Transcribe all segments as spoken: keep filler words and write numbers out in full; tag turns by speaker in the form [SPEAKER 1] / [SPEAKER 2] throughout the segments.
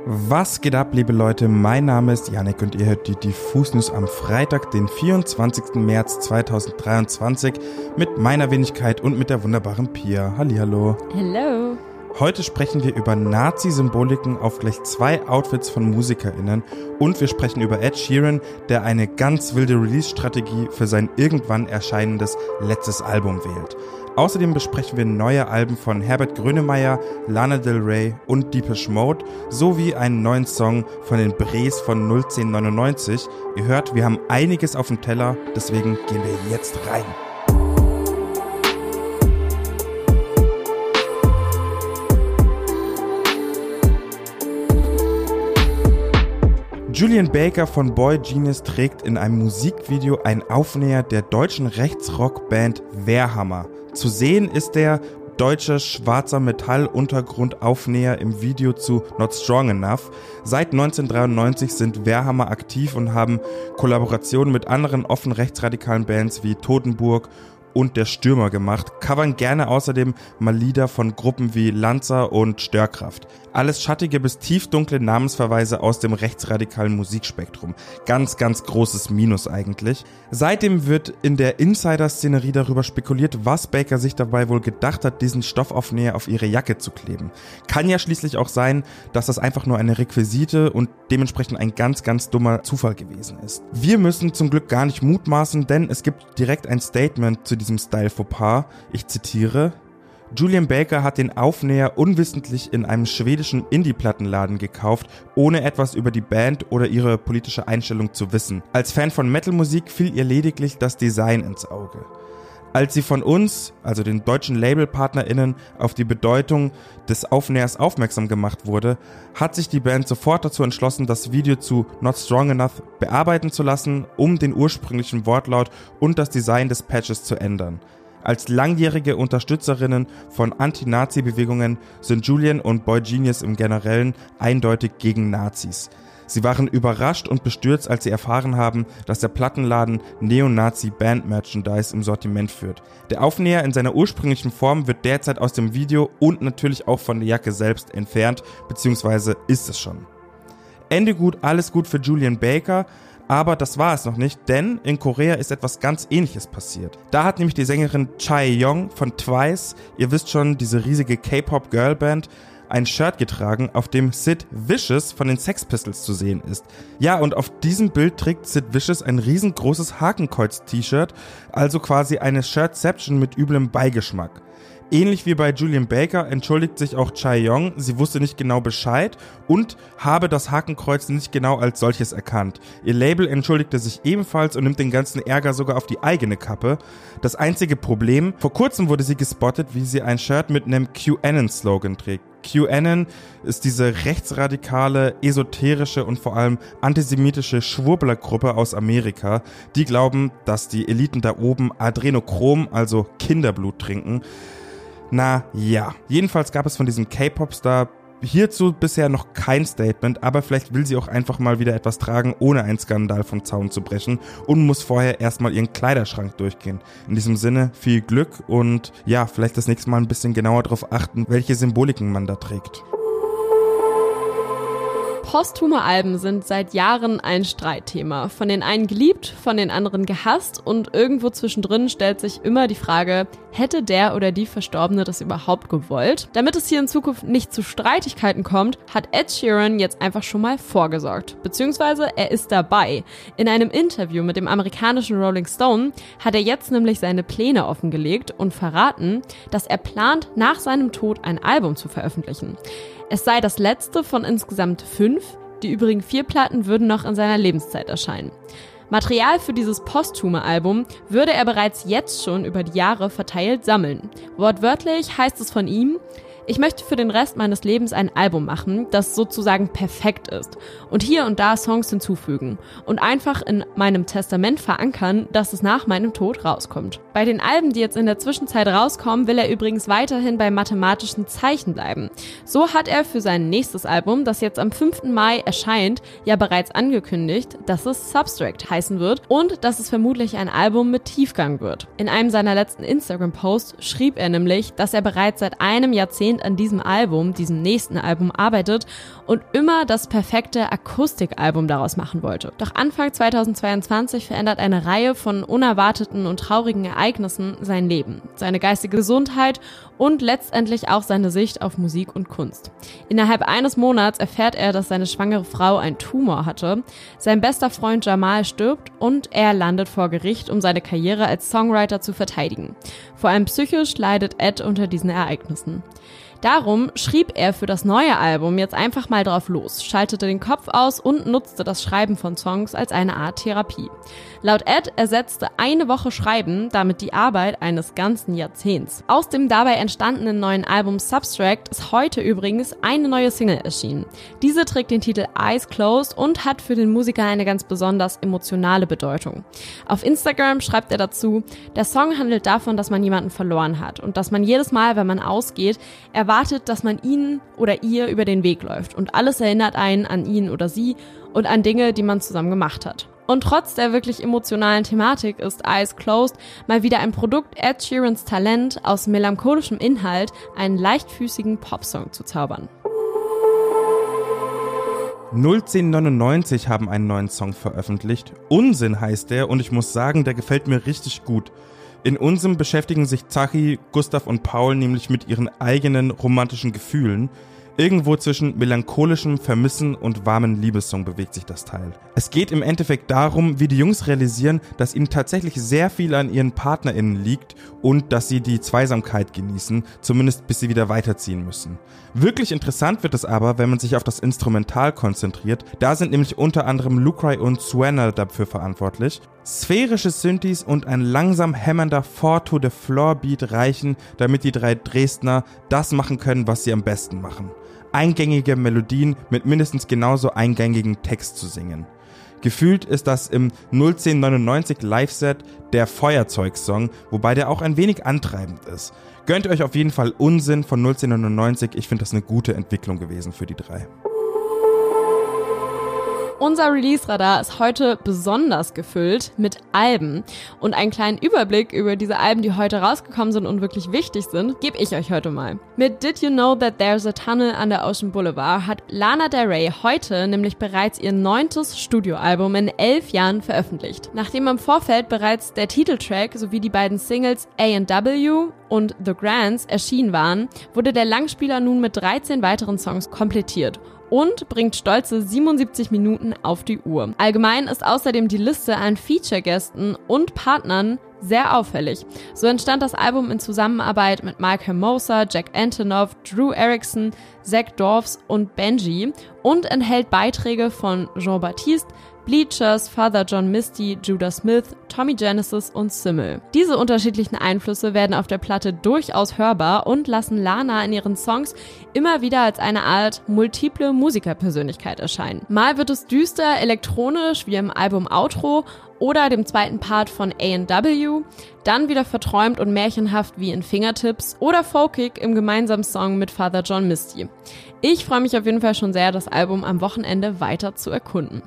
[SPEAKER 1] Was geht ab, liebe Leute? Mein Name ist Yannick und ihr hört die Diffus News am Freitag, den vierundzwanzigsten März zweitausenddreiundzwanzig mit meiner Wenigkeit und mit der wunderbaren Pia. Hallihallo.
[SPEAKER 2] Hello.
[SPEAKER 1] Heute sprechen wir über Nazi-Symboliken auf gleich zwei Outfits von MusikerInnen und wir sprechen über Ed Sheeran, der eine ganz wilde Release-Strategie für sein irgendwann erscheinendes letztes Album wählt. Außerdem besprechen wir neue Alben von Herbert Grönemeyer, Lana Del Rey und Depeche Mode sowie einen neuen Song von den Brees von null zehn neunundneunzig. Ihr hört, wir haben einiges auf dem Teller, deswegen gehen wir jetzt rein. Julien Baker von boygenius trägt in einem Musikvideo einen Aufnäher der deutschen Rechtsrockband Wehrhammer. Zu sehen ist der deutsche schwarzer Metall-Untergrund-Aufnäher im Video zu Not Strong Enough. Seit neunzehnhundertdreiundneunzig sind Wehrhammer aktiv und haben Kollaborationen mit anderen offen rechtsradikalen Bands wie Totenburg und der Stürmer gemacht, covern gerne außerdem mal Lieder von Gruppen wie Lanza und Störkraft. Alles schattige bis tiefdunkle Namensverweise aus dem rechtsradikalen Musikspektrum. Ganz, ganz großes Minus eigentlich. Seitdem wird in der Insider-Szenerie darüber spekuliert, was Baker sich dabei wohl gedacht hat, diesen Stoffaufnäher auf ihre Jacke zu kleben. Kann ja schließlich auch sein, dass das einfach nur eine Requisite und dementsprechend ein ganz, ganz dummer Zufall gewesen ist. Wir müssen zum Glück gar nicht mutmaßen, denn es gibt direkt ein Statement zu diesem Style-Fauxpas. Ich zitiere: Julien Baker hat den Aufnäher unwissentlich in einem schwedischen Indie-Plattenladen gekauft, ohne etwas über die Band oder ihre politische Einstellung zu wissen. Als Fan von Metal-Musik fiel ihr lediglich das Design ins Auge. Als sie von uns, also den deutschen LabelpartnerInnen, auf die Bedeutung des Aufnähers aufmerksam gemacht wurde, hat sich die Band sofort dazu entschlossen, das Video zu Not Strong Enough bearbeiten zu lassen, um den ursprünglichen Wortlaut und das Design des Patches zu ändern. Als langjährige Unterstützerinnen von Anti-Nazi-Bewegungen sind Julien und boygenius im Generellen eindeutig gegen Nazis. Sie waren überrascht und bestürzt, als sie erfahren haben, dass der Plattenladen Neonazi-Band-Merchandise im Sortiment führt. Der Aufnäher in seiner ursprünglichen Form wird derzeit aus dem Video und natürlich auch von der Jacke selbst entfernt, beziehungsweise ist es schon. Ende gut, alles gut für Julien Baker. Aber das war es noch nicht, denn in Korea ist etwas ganz Ähnliches passiert. Da hat nämlich die Sängerin Chaeyoung von Twice, ihr wisst schon, diese riesige K-Pop-Girlband, ein Shirt getragen, auf dem Sid Vicious von den Sex Pistols zu sehen ist. Ja, und auf diesem Bild trägt Sid Vicious ein riesengroßes Hakenkreuz-T-Shirt, also quasi eine Shirtception mit üblem Beigeschmack. Ähnlich wie bei Julien Baker entschuldigt sich auch Chaeyoung, sie wusste nicht genau Bescheid und habe das Hakenkreuz nicht genau als solches erkannt. Ihr Label entschuldigte sich ebenfalls und nimmt den ganzen Ärger sogar auf die eigene Kappe. Das einzige Problem: vor kurzem wurde sie gespottet, wie sie ein Shirt mit einem QAnon-Slogan trägt. QAnon ist diese rechtsradikale, esoterische und vor allem antisemitische Schwurblergruppe aus Amerika, die glauben, dass die Eliten da oben Adrenochrom, also Kinderblut, trinken. Na ja, jedenfalls gab es von diesem K-Pop-Star hierzu bisher noch kein Statement, aber vielleicht will sie auch einfach mal wieder etwas tragen, ohne einen Skandal vom Zaun zu brechen und muss vorher erstmal ihren Kleiderschrank durchgehen. In diesem Sinne viel Glück und ja, vielleicht das nächste Mal ein bisschen genauer darauf achten, welche Symboliken man da trägt.
[SPEAKER 2] Posthume Alben sind seit Jahren ein Streitthema. Von den einen geliebt, von den anderen gehasst und irgendwo zwischendrin stellt sich immer die Frage, hätte der oder die Verstorbene das überhaupt gewollt? Damit es hier in Zukunft nicht zu Streitigkeiten kommt, hat Ed Sheeran jetzt einfach schon mal vorgesorgt. Beziehungsweise er ist dabei. In einem Interview mit dem amerikanischen Rolling Stone hat er jetzt nämlich seine Pläne offengelegt und verraten, dass er plant, nach seinem Tod ein Album zu veröffentlichen. Es sei das letzte von insgesamt fünf, die übrigen vier Platten würden noch in seiner Lebenszeit erscheinen. Material für dieses posthume Album würde er bereits jetzt schon über die Jahre verteilt sammeln. Wortwörtlich heißt es von ihm: Ich möchte für den Rest meines Lebens ein Album machen, das sozusagen perfekt ist und hier und da Songs hinzufügen und einfach in meinem Testament verankern, dass es nach meinem Tod rauskommt. Bei den Alben, die jetzt in der Zwischenzeit rauskommen, will er übrigens weiterhin bei mathematischen Zeichen bleiben. So hat er für sein nächstes Album, das jetzt am fünften Mai erscheint, ja bereits angekündigt, dass es Substract heißen wird und dass es vermutlich ein Album mit Tiefgang wird. In einem seiner letzten Instagram-Posts schrieb er nämlich, dass er bereits seit einem Jahrzehnt Band an diesem Album, diesem nächsten Album, arbeitet und immer das perfekte Akustikalbum daraus machen wollte. Doch Anfang zweitausendzweiundzwanzig verändert eine Reihe von unerwarteten und traurigen Ereignissen sein Leben, seine geistige Gesundheit und letztendlich auch seine Sicht auf Musik und Kunst. Innerhalb eines Monats erfährt er, dass seine schwangere Frau einen Tumor hatte, sein bester Freund Jamal stirbt und er landet vor Gericht, um seine Karriere als Songwriter zu verteidigen. Vor allem psychisch leidet Ed unter diesen Ereignissen. Darum schrieb er für das neue Album jetzt einfach mal drauf los, schaltete den Kopf aus und nutzte das Schreiben von Songs als eine Art Therapie. Laut Ed ersetzte eine Woche Schreiben damit die Arbeit eines ganzen Jahrzehnts. Aus dem dabei entstandenen neuen Album Substract ist heute übrigens eine neue Single erschienen. Diese trägt den Titel Eyes Closed und hat für den Musiker eine ganz besonders emotionale Bedeutung. Auf Instagram schreibt er dazu: Der Song handelt davon, dass man jemanden verloren hat und dass man jedes Mal, wenn man ausgeht, erwartet, dass man ihnen oder ihr über den Weg läuft und alles erinnert einen an ihn oder sie und an Dinge, die man zusammen gemacht hat. Und trotz der wirklich emotionalen Thematik ist Eyes Closed mal wieder ein Produkt Ed Sheerans Talent, aus melancholischem Inhalt einen leichtfüßigen Popsong zu zaubern.
[SPEAKER 1] null zehn neunundneunzig haben einen neuen Song veröffentlicht. Unsinn heißt der und ich muss sagen, der gefällt mir richtig gut. In Unsinn beschäftigen sich Zachi, Gustav und Paul nämlich mit ihren eigenen romantischen Gefühlen. Irgendwo zwischen melancholischem Vermissen und warmen Liebessong bewegt sich das Teil. Es geht im Endeffekt darum, wie die Jungs realisieren, dass ihnen tatsächlich sehr viel an ihren PartnerInnen liegt und dass sie die Zweisamkeit genießen, zumindest bis sie wieder weiterziehen müssen. Wirklich interessant wird es aber, wenn man sich auf das Instrumental konzentriert. Da sind nämlich unter anderem Lucry und Suena dafür verantwortlich. Sphärische Synthes und ein langsam hämmernder Four-to-the-Floor-Beat reichen, damit die drei Dresdner das machen können, was sie am besten machen: eingängige Melodien mit mindestens genauso eingängigen Text zu singen. Gefühlt ist das im null zehn neunundneunzig Live-Set der Feuerzeug-Song, wobei der auch ein wenig antreibend ist. Gönnt euch auf jeden Fall Unsinn von null zehn neunundneunzig, ich finde das eine gute Entwicklung gewesen für die drei.
[SPEAKER 2] Unser Release-Radar ist heute besonders gefüllt mit Alben. Und einen kleinen Überblick über diese Alben, die heute rausgekommen sind und wirklich wichtig sind, gebe ich euch heute mal. Mit Did You Know That There's a Tunnel under Ocean Boulevard hat Lana Del Rey heute nämlich bereits ihr neuntes Studioalbum in elf Jahren veröffentlicht. Nachdem im Vorfeld bereits der Titeltrack sowie die beiden Singles A and W und The Grants erschienen waren, wurde der Langspieler nun mit dreizehn weiteren Songs komplettiert und bringt stolze siebenundsiebzig Minuten auf die Uhr. Allgemein ist außerdem die Liste an Feature-Gästen und Partnern sehr auffällig. So entstand das Album in Zusammenarbeit mit Mike Hermosa, Jack Antonoff, Drew Erickson, Zach Dorfs und Benji und enthält Beiträge von Jean-Baptiste, Bleachers, Father John Misty, Judah Smith, Tommy Genesis und Simmel. Diese unterschiedlichen Einflüsse werden auf der Platte durchaus hörbar und lassen Lana in ihren Songs immer wieder als eine Art multiple Musikerpersönlichkeit erscheinen. Mal wird es düster, elektronisch wie im Album Outro oder dem zweiten Part von A and W, dann wieder verträumt und märchenhaft wie in Fingertips oder folkig im gemeinsamen Song mit Father John Misty. Ich freue mich auf jeden Fall schon sehr, das Album am Wochenende weiter zu erkunden.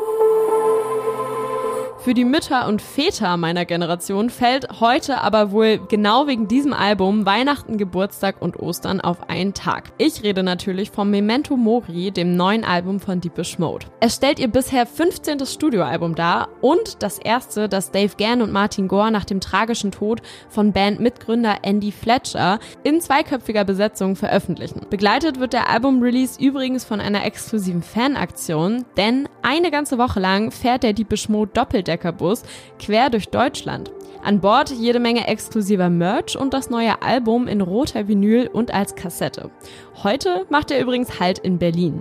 [SPEAKER 2] Für die Mütter und Väter meiner Generation fällt heute aber wohl genau wegen diesem Album Weihnachten, Geburtstag und Ostern auf einen Tag. Ich rede natürlich vom Memento Mori, dem neuen Album von Depeche Mode. Es stellt ihr bisher fünfzehntes Studioalbum dar und das erste, das Dave Gann und Martin Gore nach dem tragischen Tod von Bandmitgründer Andy Fletcher in zweiköpfiger Besetzung veröffentlichen. Begleitet wird der Album-Release übrigens von einer exklusiven Fanaktion, denn eine ganze Woche lang fährt der Depeche Mode Doppeldecker Bus quer durch Deutschland. An Bord jede Menge exklusiver Merch und das neue Album in roter Vinyl und als Kassette. Heute macht er übrigens Halt in Berlin.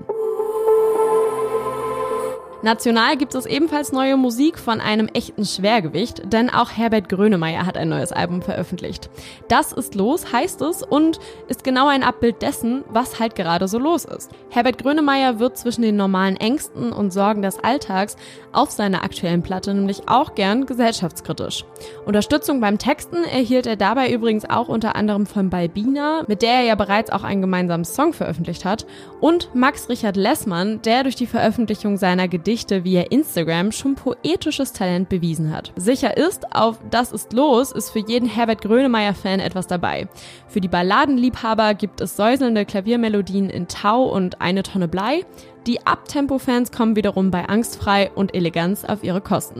[SPEAKER 2] National gibt es ebenfalls neue Musik von einem echten Schwergewicht, denn auch Herbert Grönemeyer hat ein neues Album veröffentlicht. Das ist los, heißt es, und ist genau ein Abbild dessen, was halt gerade so los ist. Herbert Grönemeyer wird zwischen den normalen Ängsten und Sorgen des Alltags auf seiner aktuellen Platte nämlich auch gern gesellschaftskritisch. Unterstützung beim Texten erhielt er dabei übrigens auch unter anderem von Balbina, mit der er ja bereits auch einen gemeinsamen Song veröffentlicht hat, und Max Richard Lessmann, der durch die Veröffentlichung seiner Gedichte Gedichte via Instagram schon poetisches Talent bewiesen hat. Sicher ist, auf Das ist los ist für jeden Herbert Grönemeyer-Fan etwas dabei. Für die Balladenliebhaber gibt es säuselnde Klaviermelodien in Tau und Eine Tonne Blei. Die Abtempo-Fans kommen wiederum bei Angstfrei und Eleganz auf ihre Kosten.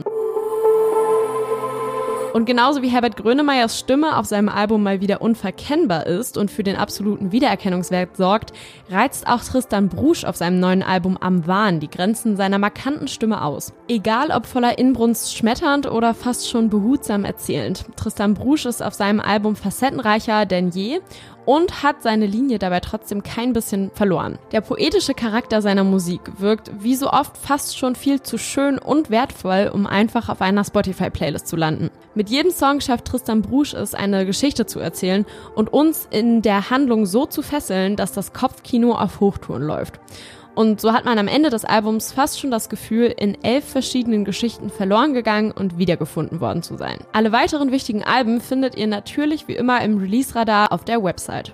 [SPEAKER 2] Und genauso wie Herbert Grönemeyers Stimme auf seinem Album mal wieder unverkennbar ist und für den absoluten Wiedererkennungswert sorgt, reizt auch Tristan Brusch auf seinem neuen Album Am Wahn die Grenzen seiner markanten Stimme aus. Egal ob voller Inbrunst schmetternd oder fast schon behutsam erzählend, Tristan Brusch ist auf seinem Album facettenreicher denn je und hat seine Linie dabei trotzdem kein bisschen verloren. Der poetische Charakter seiner Musik wirkt wie so oft fast schon viel zu schön und wertvoll, um einfach auf einer Spotify-Playlist zu landen. Mit jedem Song schafft Tristan Brusch es, eine Geschichte zu erzählen und uns in der Handlung so zu fesseln, dass das Kopfkino auf Hochtouren läuft. Und so hat man am Ende des Albums fast schon das Gefühl, in elf verschiedenen Geschichten verloren gegangen und wiedergefunden worden zu sein. Alle weiteren wichtigen Alben findet ihr natürlich wie immer im Release-Radar auf der Website.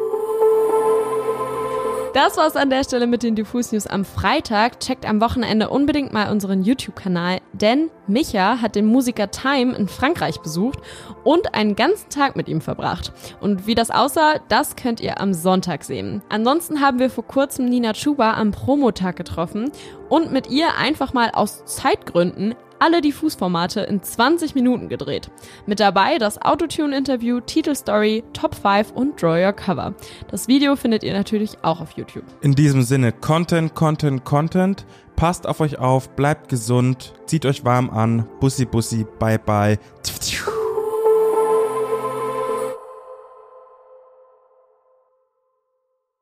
[SPEAKER 2] Das war's an der Stelle mit den Diffus News am Freitag. Checkt am Wochenende unbedingt mal unseren YouTube-Kanal, denn Micha hat den Musiker Time in Frankreich besucht und einen ganzen Tag mit ihm verbracht. Und wie das aussah, das könnt ihr am Sonntag sehen. Ansonsten haben wir vor kurzem Nina Chuba am Promotag getroffen und mit ihr einfach mal aus Zeitgründen alle Diffus-Formate in zwanzig Minuten gedreht. Mit dabei das Autotune-Interview, Titelstory, Top fünf und Draw Your Cover. Das Video findet ihr natürlich auch auf YouTube.
[SPEAKER 1] In diesem Sinne, Content, Content, Content. Passt auf euch auf, bleibt gesund, zieht euch warm an. Bussi, bussi, bye, bye.